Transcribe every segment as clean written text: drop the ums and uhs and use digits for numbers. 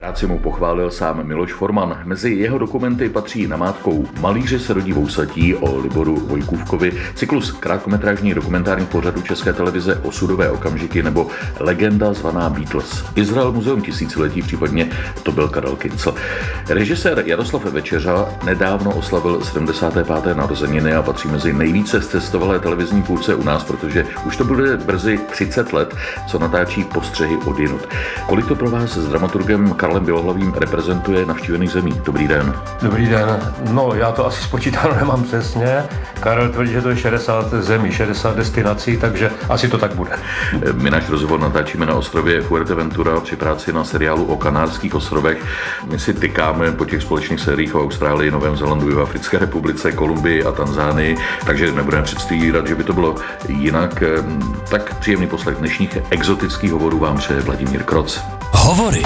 Práci mu pochválil sám Miloš Forman. Mezi jeho dokumenty patří Namátkou Malíři se rodí vousatí o Liboru Vojkůvkovi, cyklus krátkometrážních dokumentárních pořadů České televize Osudové okamžiky nebo Legenda zvaná Beatles. Izrael muzeum tisíciletí, případně to byl Karel Kincl. Režisér Jaroslav Večeřa nedávno oslavil 75. narozeniny a patří mezi nejvíce zcestovalé televizní tvůrce u nás, protože už to bude brzy 30 let, co natáčí Postřehy odjinud. Kolik to pro vás s dramaturgem Karlem Bělohlavým reprezentuje navštívených zemí? Dobrý den. Dobrý den. No, já to asi spočítáno nemám přesně. Karel tvrdí, že to je 60 zemí, 60 destinací, takže asi to tak bude. My náš rozhovor natáčíme na ostrově Fuerteventura při práci na seriálu o Kanárských ostrovech. My si tykáme po těch společných sériích o Austrálii, Novém Zélandu, v Africké republice, Kolumbii a Tanzánii, takže nebudeme předstírat, že by to bylo jinak. Tak příjemný poslech dnešních exotických hovorů vám přeje Vladimír Kroc. Hovory.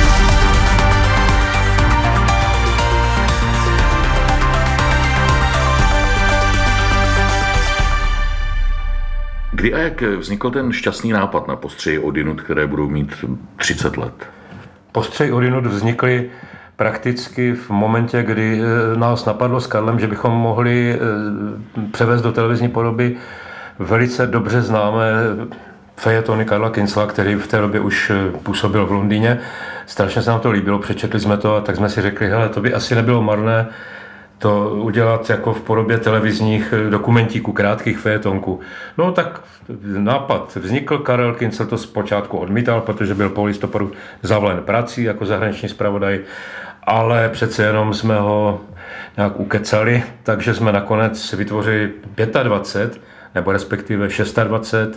Kdy a jak vznikl ten šťastný nápad na Postřehy odjinud, které budou mít 30 let? Postřehy odjinud vznikly prakticky v momentě, kdy nás napadlo s Karlem, že bychom mohli převést do televizní podoby velice dobře známé fejetony Karla Kincla, který v té době už působil v Londýně. Strašně se nám to líbilo, přečetli jsme to a tak jsme si řekli, hele, to by asi nebylo marné to udělat jako v podobě televizních dokumentíků, krátkých fejetonků. No tak nápad vznikl, Karel Kincl to zpočátku odmítal, protože byl po listopadu zavalen prací jako zahraniční zpravodaj, ale přece jenom jsme ho nějak ukecali, takže jsme nakonec vytvořili 25, nebo respektive 26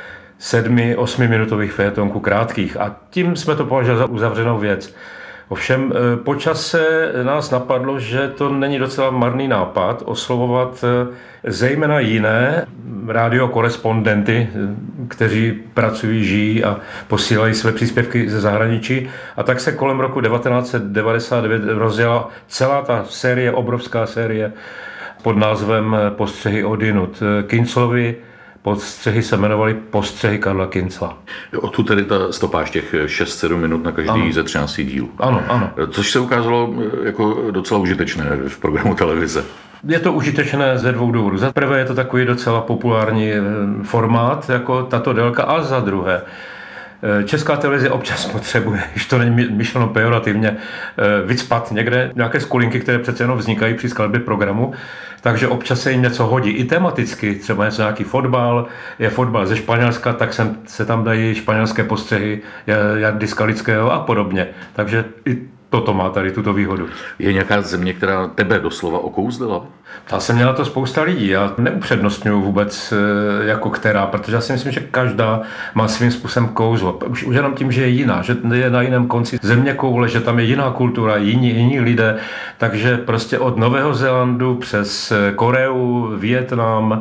7-8 minutových fejetonků krátkých a tím jsme to považovali za uzavřenou věc. Ovšem po čase nás napadlo, že to není docela marný nápad oslovovat zejména jiné radiokorespondenty, kteří pracují, žijí a posílají své příspěvky ze zahraničí. A tak se kolem roku 1999 rozjela celá ta série, obrovská série pod názvem Postřehy odjinud. Kinclovi postřehy se jmenovaly Postřehy Karla Kincla. Odtud tedy ta stopáž těch 6-7 minut na každý ze 13 dílů. Ano, ano. Což se ukázalo jako docela užitečné v programu televize. Je to užitečné ze dvou důvodů. Za prvé je to takový docela populární formát, jako tato délka, a za druhé Česká televize občas potřebuje, když to není myšleno pejorativně, vycpat někde nějaké skulinky, které přece jenom vznikají při skladbě programu, takže občas se jim něco hodí. I tematicky, třeba něco nějaký fotbal, je fotbal ze Španělska, tak se tam dají španělské postřehy Jardy Skalického a podobně. Takže i toto má tady tuto výhodu. Je nějaká země, která tebe doslova okouzlila? Ptá se mě na to spousta lidí. Já neupřednostňuji vůbec jako která, protože já si myslím, že každá má svým způsobem kouzlo. Už jenom tím, že je jiná, že je na jiném konci země koule, že tam je jiná kultura, jiní lidé. Takže prostě od Nového Zélandu přes Koreu, Vietnam,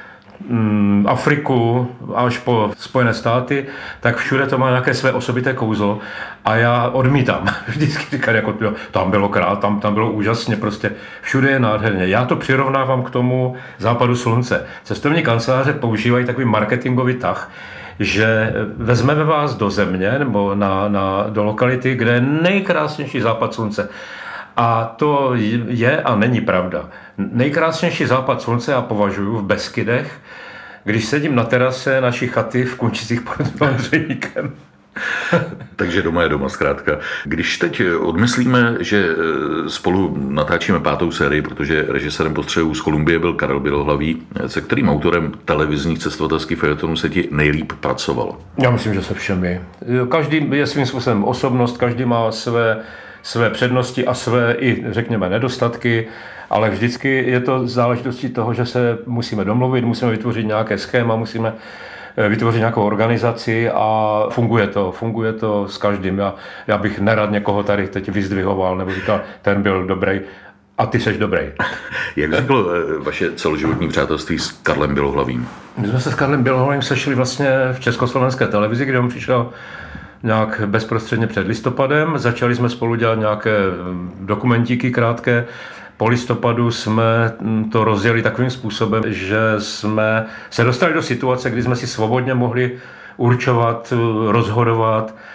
Afriku až po Spojené státy, tak všude to má nějaké své osobité kouzlo a já odmítám vždycky říkat, jako tam bylo tam bylo úžasně, prostě všude je nádherně. Já to přirovnávám k tomu západu slunce. Cestovní kanceláře používají takový marketingový tah, že vezmeme vás do země nebo do lokality, kde je nejkrásnější západ slunce. A to je a není pravda. Nejkrásnější západ slunce já považuji v Beskydech, když sedím na terase naší chaty v Kunčicích pod Ondřejníkem. Takže doma je doma zkrátka. Když teď odmyslíme, že spolu natáčíme 5. sérii, protože režisérem Postřehů z Kolumbie byl Karel Bělohlavý, se kterým autorem televizních cestovatelských fejetonů se ti nejlíp pracovalo? Já myslím, že se všemi. Každý je svým způsobem osobnost, každý má své přednosti a své i, řekněme, nedostatky, ale vždycky je to záležitostí toho, že se musíme domluvit, musíme vytvořit nějaké schéma, musíme vytvořit nějakou organizaci a funguje to s každým. Já bych nerad někoho tady teď vyzdvihoval nebo říkal, ten byl dobrý a ty seš dobrý. Jak vzniklo vaše celoživotní přátelství s Karlem Bělohlavým? My jsme se s Karlem Bělohlavým sešli vlastně v Československé televizi, kde on přišel nějak bezprostředně před listopadem. Začali jsme spolu dělat nějaké dokumentíky krátké. Po listopadu jsme to rozjeli takovým způsobem, že jsme se dostali do situace, kdy jsme si svobodně mohli určovat, rozhodovat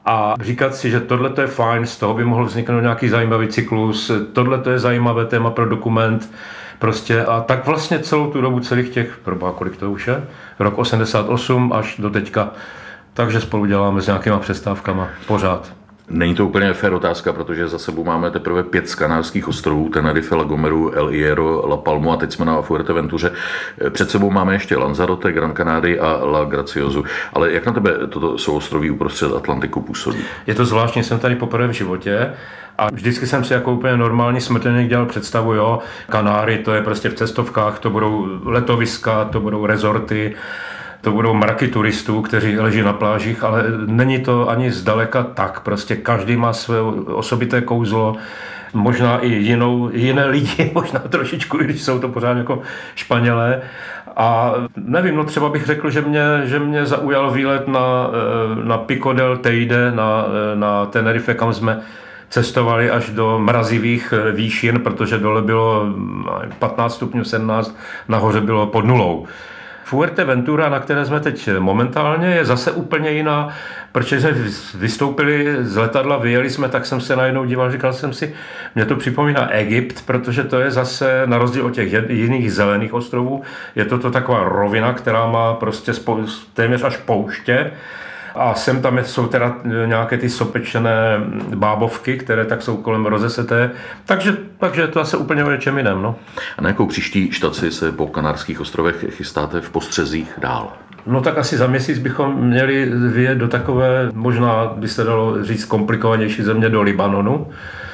a říkat si, že tohle je fajn, z toho by mohl vzniknout nějaký zajímavý cyklus, tohle je zajímavé téma pro dokument, prostě a tak vlastně celou tu dobu celých těch, kolik to už je, rok 88 až do teďka, takže spolu děláme s nějakýma přestávkama pořád. Není to úplně fér otázka, protože za sebou máme teprve 5 z Kanárských ostrovů, Tenerife, La Gomeru, El Hierro, La Palmu a teď jsme na Fuerteventuře. Před sebou máme ještě Lanzarote, Gran Canaria a La Graciosu. Ale jak na tebe toto souostroví uprostřed Atlantiku působí? Je to zvláštní, jsem tady poprvé v životě a vždycky jsem si jako úplně normální smrtelník dělal představu, jo, Kanáry, to je prostě v cestovkách, to budou letoviska, to budou rezorty, to budou mraky turistů, kteří leží na plážích, ale není to ani zdaleka tak. Prostě každý má své osobité kouzlo, možná i jiné lidi, možná trošičku, i když jsou to pořád jako Španělé. A nevím, no třeba bych řekl, že mě zaujal výlet na Pico del Teide, na Tenerife, kam jsme cestovali až do mrazivých výšin, protože dole bylo 15 stupňů, 17, nahoře bylo pod nulou. Fuerteventura, na které jsme teď momentálně, je zase úplně jiná, protože jsme vystoupili z letadla, vyjeli jsme, tak jsem se najednou díval, říkal jsem si, mě to připomíná Egypt, protože to je zase, na rozdíl od těch jiných zelených ostrovů, je to taková rovina, která má prostě téměř až pouště. A sem tam jsou teda nějaké ty sopečené bábovky, které tak jsou kolem rozeseté. Takže je to asi úplně o něčem jiném. No. A na jakou příští štaci se po Kanárských ostrovech chystáte v postřezích dál? No tak asi za měsíc bychom měli vyjet do takové, možná by se dalo říct, komplikovanější země, do Libanonu,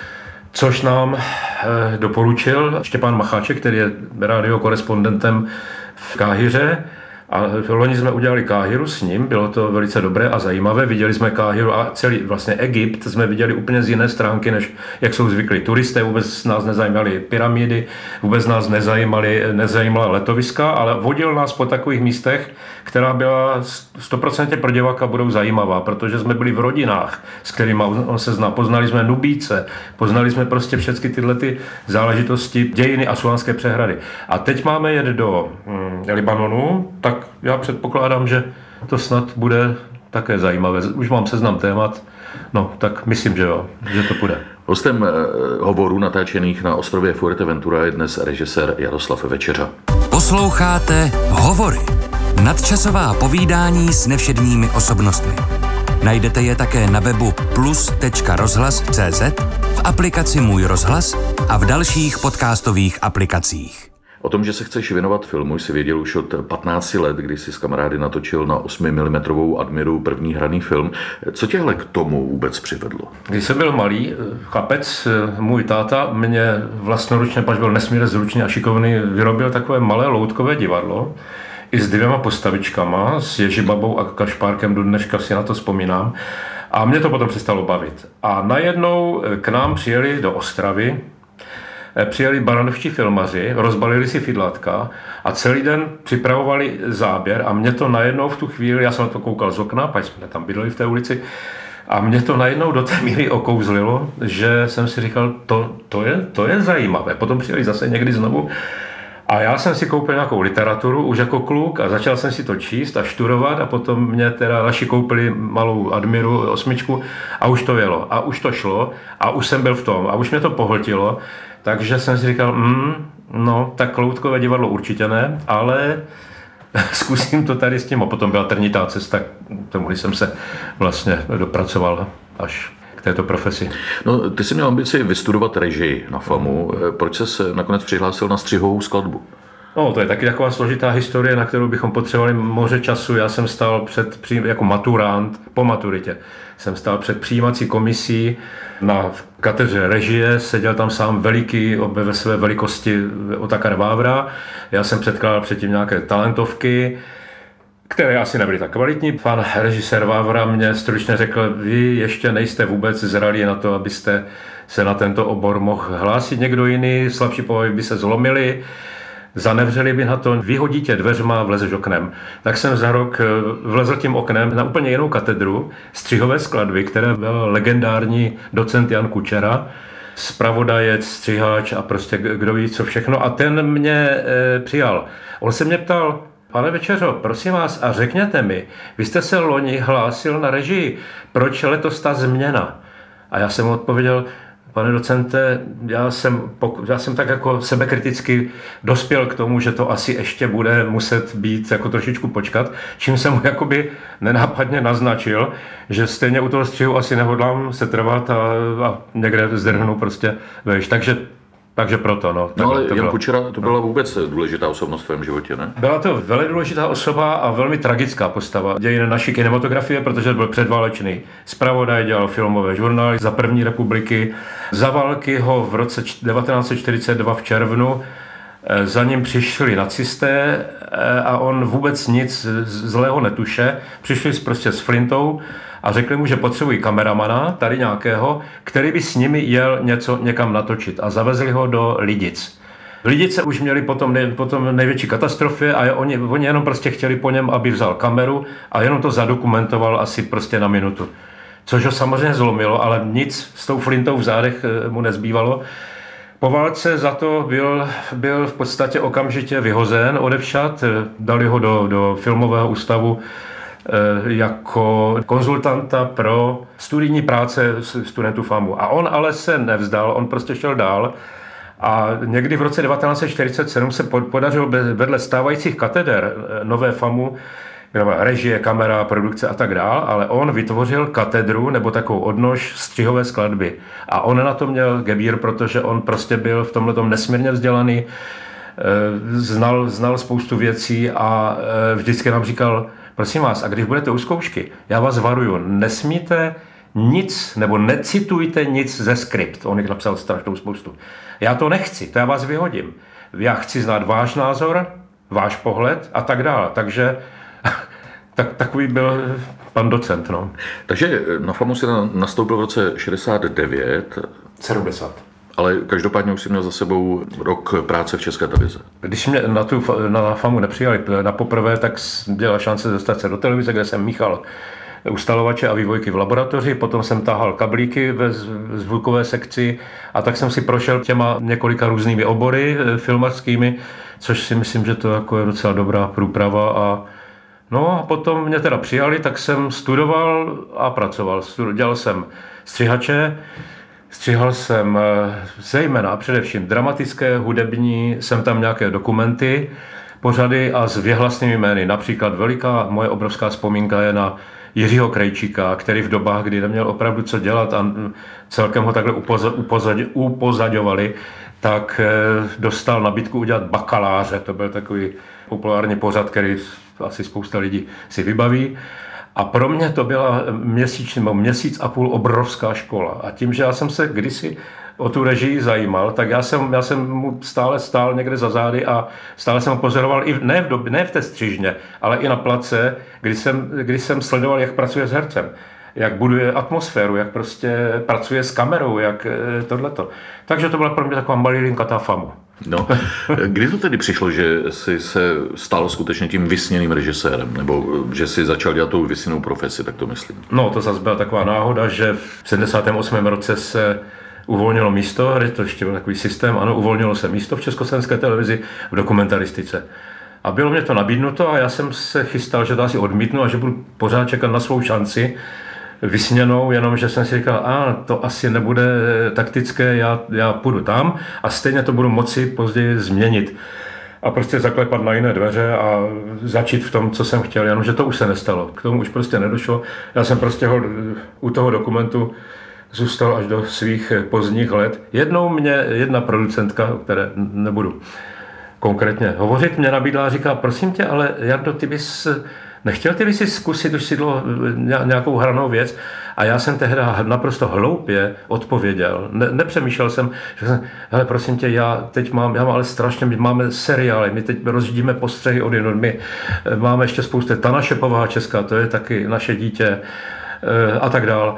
což nám doporučil Štěpán Macháček, který je radiokorespondentem v Káhiře. A loni jsme udělali Káhiru s ním, bylo to velice dobré a zajímavé. Viděli jsme Káhiru a celý vlastně Egypt jsme viděli úplně z jiné stránky, než jak jsou zvyklí turisté. Vůbec nás nezajímaly pyramidy, vůbec nás nezajímala letoviska, ale vodil nás po takových místech, která byla 100% pro diváka budou zajímavá, protože jsme byli v rodinách, s kterými on se zná. Poznali jsme Nubíce, poznali jsme prostě všechny tyhle ty záležitosti, dějiny Asuánské přehrady. A teď máme jet do Libanonu, tak já předpokládám, že to snad bude také zajímavé. Už mám seznam témat, no tak myslím, že jo, že to bude. Hostem hovorů natáčených na ostrově Fuerteventura je dnes režisér Jaroslav Večeřa. Posloucháte Hovory. Nadčasová povídání s nevšedními osobnostmi. Najdete je také na webu plus.rozhlas.cz, v aplikaci Můj rozhlas a v dalších podcastových aplikacích. O tom, že se chceš věnovat filmu, jsi věděl už od 15 let, kdy jsi s kamarády natočil na 8 mm Admiru první hraný film. Co tě ale k tomu vůbec přivedlo? Když jsem byl malý chlapec, můj táta mě vlastnoručně, pač byl nesmírně zručný a šikovný, vyrobil takové malé loutkové divadlo i s 2 postavičkama, s Ježibabou a Kašpárkem, do dneška si na to vzpomínám. A mě to potom přestalo bavit. A najednou k nám přijeli do Ostravy, přijeli baranovští filmaři, rozbalili si fidlátka a celý den připravovali záběr a mě to najednou v tu chvíli, já jsem na to koukal z okna, pak jsme tam bydleli v té ulici, a mě to najednou do té míry okouzlilo, že jsem si říkal, to je zajímavé. Potom přijeli zase někdy znovu a já jsem si koupil nějakou literaturu už jako kluk a začal jsem si to číst a študovat a potom mě teda naši koupili malou Admiru 8 a už to jelo a už to šlo a už jsem byl v tom a už mě to pohltilo. Takže jsem si říkal, no, tak loutkové divadlo určitě ne, ale zkusím to tady s tím. A potom byla trnitá cesta, k tomu jsem se vlastně dopracoval až k této profesi. No, ty jsi měl ambici vystudovat režii na FAMu. Proč ses nakonec přihlásil na střihovou skladbu? No, to je taky taková složitá historie, na kterou bychom potřebovali moře času. Já jsem stál jako maturant, po maturitě, jsem stál před přijímací komisí na katedře režie, seděl tam sám veliký, ve své velikosti Otakar Vávra. Já jsem předkládal předtím nějaké talentovky, které asi nebyly tak kvalitní. Pan režisér Vávra mě stručně řekl, vy ještě nejste vůbec zralí na to, abyste se na tento obor mohl hlásit někdo jiný, slabší povahy by se zlomily, zanevřeli by na to, vyhodí tě dveřma, vlezeš oknem. Tak jsem za rok vlezl tím oknem na úplně jinou katedru střihové skladby, které byl legendární docent Jan Kučera, zpravodajec, střihač a prostě kdo ví co všechno. A ten mě přijal. On se mě ptal, Pane Večeřo, prosím vás, a řekněte mi, vy jste se loni hlásil na režii, proč letos ta změna? A já jsem mu odpověděl, pane docente, já jsem tak jako sebekriticky dospěl k tomu, že to asi ještě bude muset být jako trošičku počkat, čím jsem mu jakoby nenápadně naznačil, že stejně u toho střihu asi nehodlám se trvat a někde zdrhnu prostě vejš. Takže proto, no. No ale Jan Kučera, to byla vůbec důležitá osobnost v tvém životě, ne? Byla to velmi důležitá osoba a velmi tragická postava dějin naší kinematografie, protože byl předválečný zpravodaj, dělal filmové žurnály za první republiky. Za války ho v roce 1942 v červnu za ním přišli nacisté a on vůbec nic zlého netuše. Přišli prostě s flintou a řekli mu, že potřebují kameramana, tady nějakého, který by s nimi jel něco někam natočit a zavezli ho do Lidic. V Lidice už měli potom největší katastrofy a oni jenom prostě chtěli po něm, aby vzal kameru a jenom to zadokumentoval asi prostě na minutu. Což ho samozřejmě zlomilo, ale nic s tou flintou v zádech mu nezbývalo. Po válce za to byl v podstatě okamžitě vyhozen odevšad, dali ho do filmového ústavu jako konzultanta pro studijní práce studentů FAMu. A on ale se nevzdal, on prostě šel dál a někdy v roce 1947 se podařilo vedle stávajících kateder nové FAMu, režie, kamera, produkce a tak dál, ale on vytvořil katedru nebo takovou odnož střihové skladby. A on na to měl gebír, protože on prostě byl v tomhletom nesmírně vzdělaný, znal spoustu věcí a vždycky nám říkal, prosím vás, a když budete u zkoušky, já vás varuju, nesmíte nic, nebo necitujte nic ze skript. On jich napsal strašnou spoustu. Já to nechci, to já vás vyhodím. Já chci znát váš názor, váš pohled a tak dále. Takže takový byl pan docent. No. Takže na FAMu si nastoupil v roce 69. 70. Ale každopádně už si měl za sebou rok práce v České televizi. Když mě na FAMu nepřijali na poprvé, tak měla šance dostat se do televize, kde jsem míchal ustalovače a vývojky v laboratoři, potom jsem tahal kablíky ve zvukové sekci a tak jsem si prošel těma několika různými obory filmařskými, což si myslím, že to jako je docela dobrá průprava a no a potom mě teda přijali, tak jsem studoval a pracoval. Dělal jsem střihače, střihal jsem zejména především dramatické, hudební, jsem tam nějaké dokumenty, pořady a s věhlasnými jmény. Například veliká moje obrovská vzpomínka je na Jiřího Krejčíka, který v dobách, kdy neměl opravdu co dělat a celkem ho takhle upozaďovali, tak dostal nabídku udělat bakaláře. To byl takový populární pořad, který asi spousta lidí si vybaví. A pro mě to byla měsíc a půl obrovská škola. A tím, že já jsem se kdysi o tu režii zajímal, tak já jsem mu stále stál někde za zády a stále jsem ho pozoroval i ne v té střižně, ale i na place, kdy jsem sledoval, jak pracuje s hercem, jak buduje atmosféru, jak prostě pracuje s kamerou, jak tohleto. Takže to byla pro mě taková malilinka ta FAMu. No, kdy to tedy přišlo, že jsi se stal skutečně tím vysněným režisérem, nebo že jsi začal dělat tou vysněnou profesi, tak to myslím? No, to zase byla taková náhoda, že v 78. roce se uvolnilo místo, to ještě byl takový systém, ano, uvolnilo se místo v Československé televizi v dokumentaristice. A bylo mě to nabídnuto a já jsem se chystal, že to asi odmítnu a že budu pořád čekat na svou šanci vysněnou, jenomže jsem si říkal, to asi nebude taktické, já půjdu tam a stejně to budu moci později změnit. A prostě zaklepat na jiné dveře a začít v tom, co jsem chtěl, jenomže to už se nestalo. K tomu už prostě nedošlo. Já jsem prostě u toho dokumentu zůstal až do svých pozdních let. Jednou mě jedna producentka, o které nebudu konkrétně hovořit, mě nabídla a říká, prosím tě, ale Jardo, nechtěl ty by si zkusit už sídlo nějakou hranou věc? A já jsem tehdy naprosto hloupě odpověděl. Nepřemýšlel jsem, že jsem, hele, prosím tě, já mám ale strašně, my máme seriály, my teď rozjíždíme postřehy od jinut, my máme ještě spoustu, ta naše povaha česká, to je taky naše dítě a tak dál.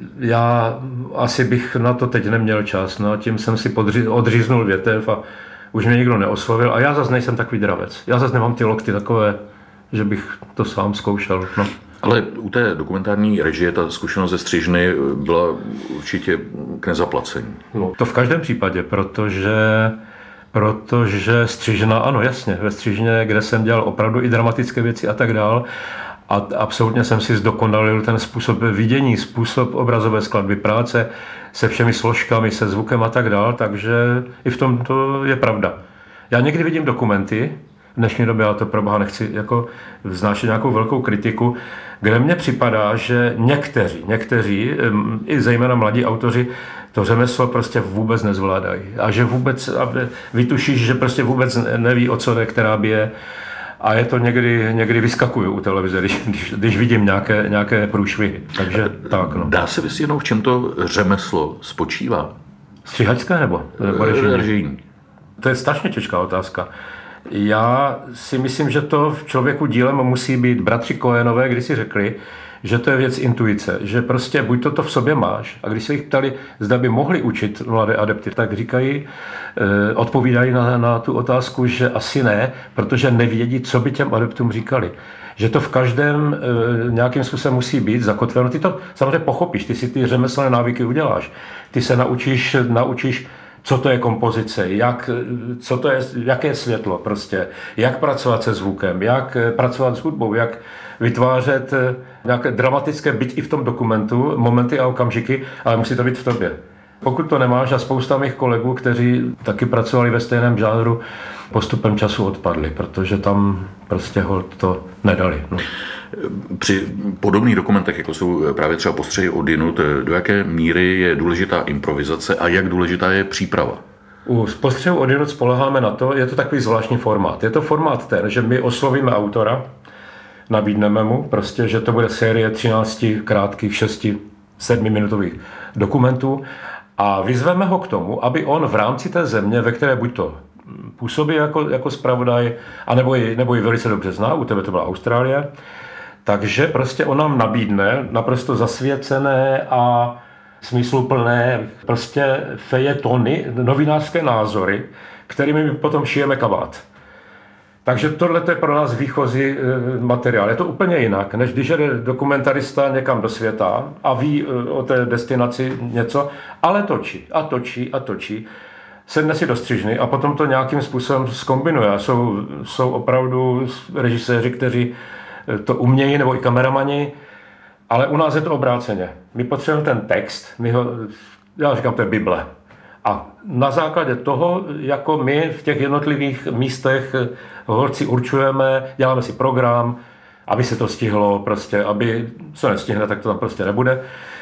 Já asi bych na to teď neměl čas, no, tím jsem si odříznul větev a už mě nikdo neoslovil a já zase nejsem takový dravec. Já zase nemám ty lokty takové, že bych to sám zkoušel. No. Ale u té dokumentární režie ta zkušenost ze střižny byla určitě k nezaplacení. No, to v každém případě, protože Protože Střižna, ano, jasně, ve Střižně, kde jsem dělal opravdu i dramatické věci a tak dál, a absolutně jsem si zdokonalil ten způsob vidění, způsob obrazové skladby, práce se všemi složkami, se zvukem a tak dál, takže i v tom to je pravda. Já někdy vidím dokumenty, v dnešní době, ale to pro boha nechci jako vznášet nějakou velkou kritiku, kde mně připadá, že někteří, i zejména mladí autoři, to řemeslo prostě vůbec nezvládají. A že vůbec, vytušíš, že prostě vůbec neví, o co jde, která bije. A je to někdy vyskakuju u televize, když vidím nějaké průšvihy. Takže tak, no. Dá se vysvětlit, v čem to řemeslo spočívá? Střihačské nebo režijní? To je strašně těžká otázka. Já si myslím, že to v člověku dílem musí být. Bratři Coenové kdysi řekli, že to je věc intuice, že prostě buď to v sobě máš, a když se jich ptali, zda by mohli učit mladé adepty, tak říkají, odpovídají na tu otázku, že asi ne, protože nevědí, co by těm adeptům říkali. Že to v každém nějakým způsobem musí být zakotveno. Ty to samozřejmě pochopíš, ty si ty řemeslné návyky uděláš. Ty se naučíš, co to je kompozice, jaké je světlo prostě, jak pracovat se zvukem, jak pracovat s hudbou, jak vytvářet nějaké dramatické, byť i v tom dokumentu, momenty a okamžiky, ale musí to být v tobě. Pokud to nemáš, a spousta mých kolegů, kteří taky pracovali ve stejném žánru, postupem času odpadli, protože tam prostě holt to nedali. No. Při podobných dokumentech, jako jsou právě třeba Postřehy odjinud, do jaké míry je důležitá improvizace a jak důležitá je příprava? U Postřehu odjinud spoléháme na to, je to takový zvláštní formát. Je to formát ten, že my oslovíme autora, nabídneme mu prostě, že to bude série 13 krátkých 6-7 minutových dokumentů a vyzveme ho k tomu, aby on v rámci té země, ve které buď to působí jako zpravodaj, nebo ji velice dobře zná, u tebe to byla Austrálie, takže prostě on nám nabídne naprosto zasvěcené a smysluplné prostě fejetony, novinářské názory, kterými my potom šijeme kabát. Takže tohle je pro nás výchozí materiál. Je to úplně jinak, než když jde dokumentarista někam do světa a ví o té destinaci něco, ale točí. Sedne si do Střižny a potom to nějakým způsobem zkombinuje. Jsou opravdu režiséři, kteří to umějí, nebo i kameramani, ale u nás je to obráceně. My potřebujeme ten text, já říkám, to je Bible. A na základě toho, jako my v těch jednotlivých místech hovorci určujeme, děláme si program, aby se to stihlo, prostě, aby se nestihne, tak to tam prostě nebude.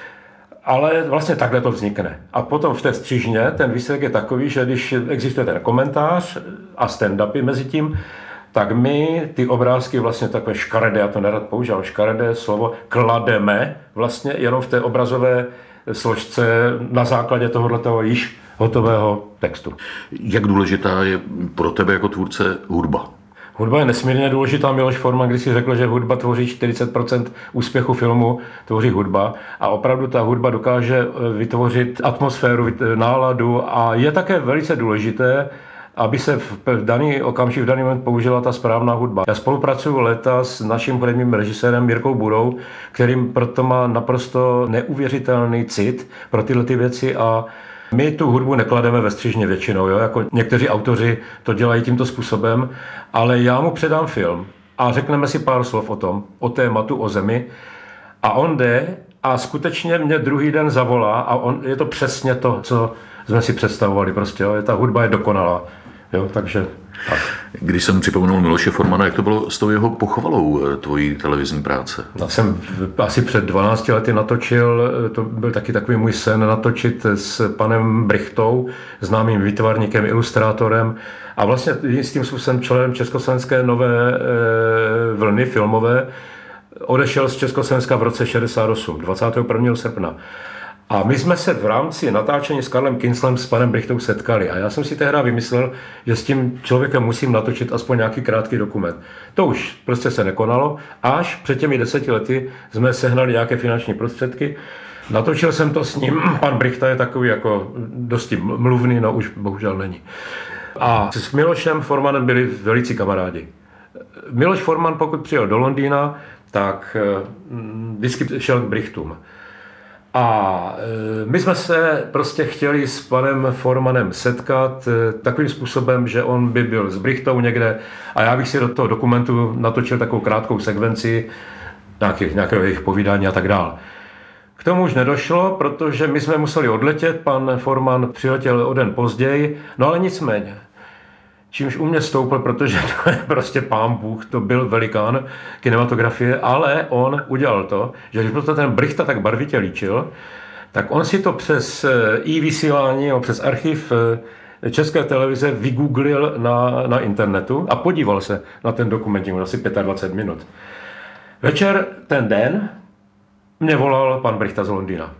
Ale vlastně takhle to vznikne. A potom v té Střižně ten výsledek je takový, že když existuje ten komentář a stand-upy mezi tím, tak my ty obrázky vlastně takové škaredé, já to nerad používám, škaredé slovo, klademe vlastně jenom v té obrazové složce na základě tohoto již hotového textu. Jak důležitá je pro tebe jako tvůrce hudba? Hudba je nesmírně důležitá. Miloš Forman když si řekl, že hudba tvoří 40% úspěchu filmu, tvoří hudba. A opravdu ta hudba dokáže vytvořit atmosféru, náladu a je také velice důležité, aby se v daný okamžik, v daný moment použila ta správná hudba. Já spolupracuju léta s naším hudebním režisérem Mirkou Budou, kterým proto má naprosto neuvěřitelný cit pro tyhle ty věci a my tu hudbu neklademe ve Střižně většinou, jo? Jako někteří autoři to dělají tímto způsobem, ale já mu předám film a řekneme si pár slov o tom, o tématu, o zemi a on jde a skutečně mě druhý den zavolá a je to přesně to, co jsme si představovali prostě, jo? Ta hudba je dokonalá, jo? Takže tak. Když jsem připomenul Miloše Formana, jak to bylo s tou jeho pochvalou tvojí televizní práce? Já jsem asi před 12 lety natočil, to byl taky takový můj sen, natočit s panem Brichtou, známým výtvarníkem, ilustrátorem a vlastně jistým způsobem členem Československé nové vlny filmové. Odešel z Československa v roce 68, 21. srpna. A my jsme se v rámci natáčení s Karlem Kinslem s panem Brichtou setkali a já jsem si tehdy vymyslel, že s tím člověkem musím natočit aspoň nějaký krátký dokument. To už prostě se nekonalo, až před těmi 10 lety jsme sehnali nějaké finanční prostředky. Natočil jsem to s ním, pan Brichta je takový jako dosti mluvný, no už bohužel není. A s Milošem Formanem byli velicí kamarádi. Miloš Forman, pokud přijel do Londýna, tak vždycky šel k Brichtům. A my jsme se prostě chtěli s panem Formanem setkat takovým způsobem, že on by byl s Brychtou někde a já bych si do toho dokumentu natočil takovou krátkou sekvenci nějakého jejich povídání a tak dál. K tomu už nedošlo, protože my jsme museli odletět, pan Forman přiletěl o den později, no ale nicméně. Čímž u mě stoupil, protože to je prostě pán Bůh, to byl velikán kinematografie, ale on udělal to, že když prostě ten Brychta tak barvitě líčil, tak on si to přes i-vysílání, přes archiv České televize vygooglil na internetu a podíval se na ten dokument, asi 25 minut. Večer ten den mě volal pan Brychta z Londýna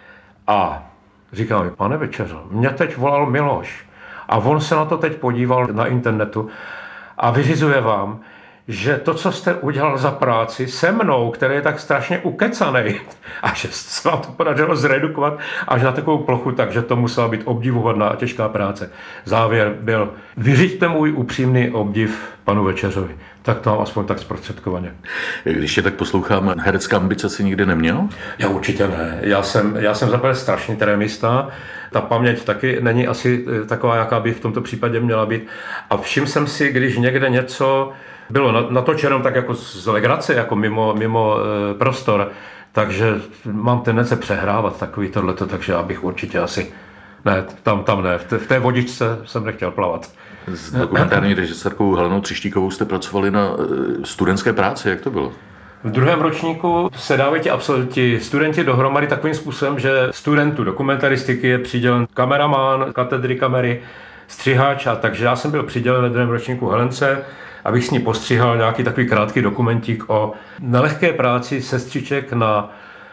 a říkal mi, pane Večeřo, mě teď volal Miloš. A on se na to teď podíval na internetu a vyřizuje vám, že to, co jste udělal za práci se mnou, který je tak strašně ukecanej, a že se vám to podařilo zredukovat až na takovou plochu, takže to musela být obdivuhodná a těžká práce. Závěr byl, vyřiďte můj upřímný obdiv panu Večeřovi. Tak to mám aspoň tak zprostředkovaně. Když tě tak poslouchám, herecká ambice si nikdy neměl? Já určitě ne. Já jsem zaprvé strašný trémista. Ta paměť taky není asi taková, jaká by v tomto případě měla být. A všiml jsem si, když někde něco bylo natočeno tak jako z legrace, jako mimo prostor, takže mám tendence přehrávat takový tohleto, takže já bych určitě asi ne, tam ne. V té vodičce jsem nechtěl plavat. S dokumentární režisérkou Helenou Třištíkovou jste pracovali na studentské práci, jak to bylo? V druhém ročníku se dávají ti studenti dohromady takovým způsobem, že studentu dokumentaristiky je přidělen kameraman, katedry kamery, střihač, a takže já jsem byl přidělen ve druhém ročníku Helence, abych s ní postřihal nějaký takový krátký dokumentík o nelehké práci sestřiček na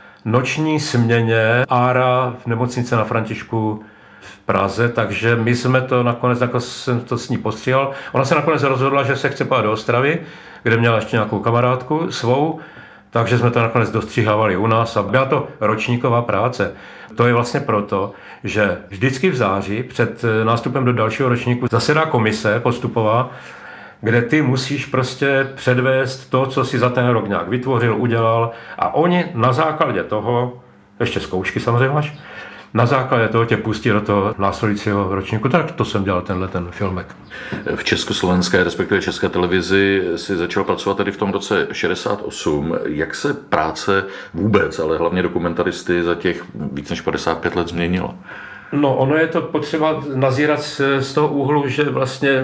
noční směně Ára v nemocnici na Františku v Praze, takže my jsme to nakonec, jako jsem to s ní postříhal. Ona se nakonec rozhodla, že se chce pát do Ostravy, kde měla ještě nějakou kamarádku svou, takže jsme to nakonec dostřihávali u nás a byla to ročníková práce. To je vlastně proto, že vždycky v září před nástupem do dalšího ročníku zasedá komise postupová, kde ty musíš prostě předvést to, co si za ten rok nějak vytvořil, udělal, a oni na základě toho, ještě zkoušky samozřejmě máš, na základě toho tě pustí do toho následujícího ročníku. Tak to jsem dělal ten filmek. V československé, respektive České televizi si začal pracovat tady v tom roce 68. Jak se práce vůbec, ale hlavně dokumentaristy za těch víc než 55 let změnila? No, ono je to potřeba nazírat z toho úhlu, že vlastně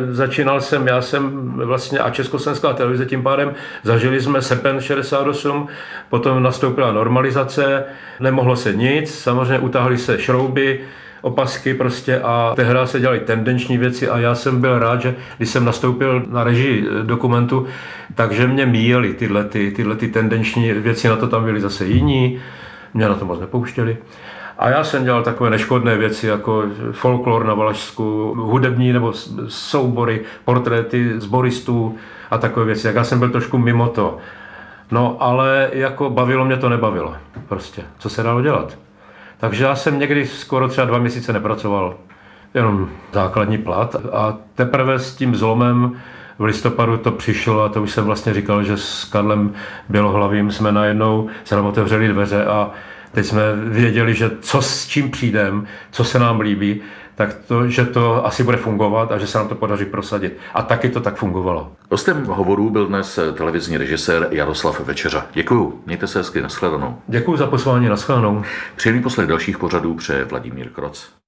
já jsem vlastně a Československá televize tím pádem zažili jsme srpen 68, potom nastoupila normalizace, nemohlo se nic, samozřejmě utáhly se šrouby, opasky prostě a tehdy se dělaly tendenční věci a já jsem byl rád, že když jsem nastoupil na režii dokumentu, takže mě míjeli tyhle tendenční věci, na to tam byli zase jiní, mě na to moc nepouštěli. A já jsem dělal takové neškodné věci, jako folklor na Valašsku, hudební nebo soubory, portréty sboristů a takové věci. Jak já jsem byl trošku mimo to. No, ale jako bavilo mě to nebavilo. Prostě, co se dalo dělat. Takže já jsem někdy skoro třeba 2 měsíce nepracoval. Jenom základní plat. A teprve s tím zlomem v listopadu to přišlo a to už jsem vlastně říkal, že s Karlem Bělohlavým jsme najednou se nám otevřeli dveře a teď jsme věděli, že co s čím přijdeme, co se nám líbí, tak to, že to asi bude fungovat a že se nám to podaří prosadit. A taky to tak fungovalo. Hostem hovorů byl dnes televizní režisér Jaroslav Večeřa. Děkuju, mějte se hezky, nashledanou. Děkuju za pozvání, nashledanou. Příjemný poslech dalších pořadů přeje Vladimír Kroc.